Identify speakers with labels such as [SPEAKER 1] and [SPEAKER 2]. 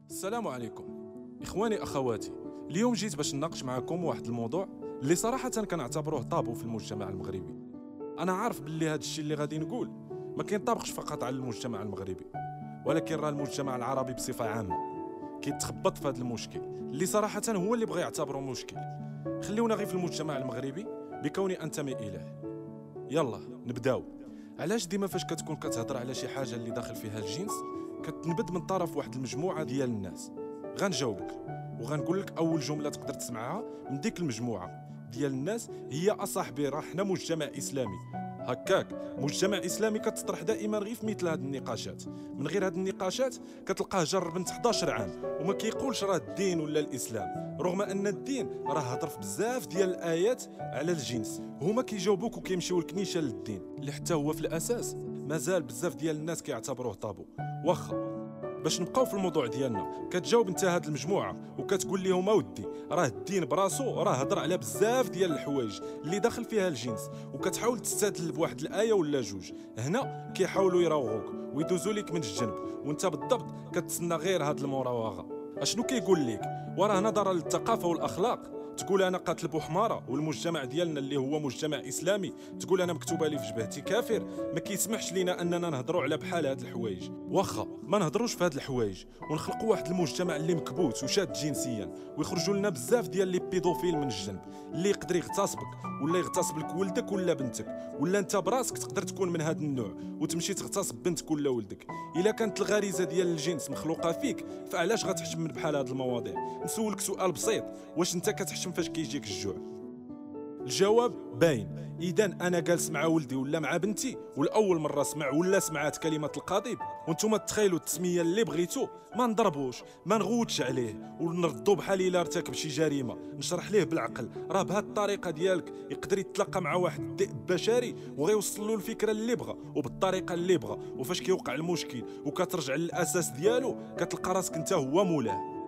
[SPEAKER 1] السلام عليكم إخواني أخواتي. اليوم جيت باش نناقش معكم واحد الموضوع اللي صراحة كنعتبروه طابو في المجتمع المغربي. أنا عارف باللي هذا الشيء اللي غادي نقول ما كينطبقش فقط على المجتمع المغربي، ولكن راه المجتمع العربي بصفة عامة كيتخبط في هذا المشكل اللي صراحة هو اللي بغى يعتبره مشكل. خليونا غير في المجتمع المغربي بكوني أنتمي إليه. يلا نبداو. علاش ديما فاش كتكون كتهضر على شي حاجة اللي داخل فيها الجنس كتنبد من طرف واحد المجموعة ديال الناس؟ غنجاوبك وغنقول لك اول جمله تقدر تسمعها من ديك المجموعه ديال الناس هي: اصاحبي راه حنا مجتمع اسلامي. هكاك مجتمع اسلامي كتطرح دائما غير في مثل هذه النقاشات. من غير هذه النقاشات كتلقاه جر بنت 11 عام وما كيقولش راه الدين ولا الاسلام، رغم ان الدين راه هضر في بزاف ديال الايات على الجنس. هما كيجاوبوك وكيمشيو للكنيشه للدين اللي حتى هو في الاساس مازال بزاف ديال الناس كيعتبروه طابو. واخا باش نبقاو في الموضوع ديالنا، كتجاوب انت هاد المجموعه وكتقول لهم اودي راه الدين براسو راه هضر على بزاف ديال الحوايج اللي داخل فيها الجنس، وكتحاول تستدل بواحد الايه ولا جوج. هنا كيحاولوا يراوغوك ويدوزوا لك من الجنب، وانت بالضبط كتسنى غير هاد المراوغه. اشنو كيقول لك؟ وراه نظرا للثقافه والاخلاق تقول انا قاتل بوحماره، والمجتمع ديالنا اللي هو مجتمع اسلامي تقول انا مكتوبه لي في جبهتي كافر. ما كيسمحش لينا اننا نهضروا على بحال هاد الحوايج. واخا ما نهضروش في هاد الحوايج ونخلقوا واحد المجتمع اللي مكبوت وشاد جنسيا، ويخرجوا لنا بزاف ديال لي بيدوفيل من الجنب اللي يقدر يغتصبك ولا يغتصب لك ولدك ولا بنتك، ولا انت براسك تقدر تكون من هاد النوع وتمشي تغتصب بنتك ولا ولدك. الا كانت الغريزه ديال الجنس مخلوقه فيك فعلاش غتحشم من بحال هاد المواضيع؟ نسولك سؤال بسيط: واش انت كتحشم فاش كيجيك الجوع؟ الجواب باين. اذا انا جالس مع ولدي ولا مع بنتي والاول مره سمع ولا سمعت كلمه القضيب، وانتم تخيلوا التسميه اللي بغيتو، ما نضربوش ما نغوتش عليه ونردو بحال الا ارتكب شي جريمه. نشرح ليه بالعقل راه بهاد الطريقه ديالك يقدر يتلقى مع واحد الذئب بشري وغيوصل له الفكره اللي بغى وبالطريقه اللي بغى، وفاش كيوقع المشكل وكترجع للاساس ديالو كتلقى راسك انت هو مولاه.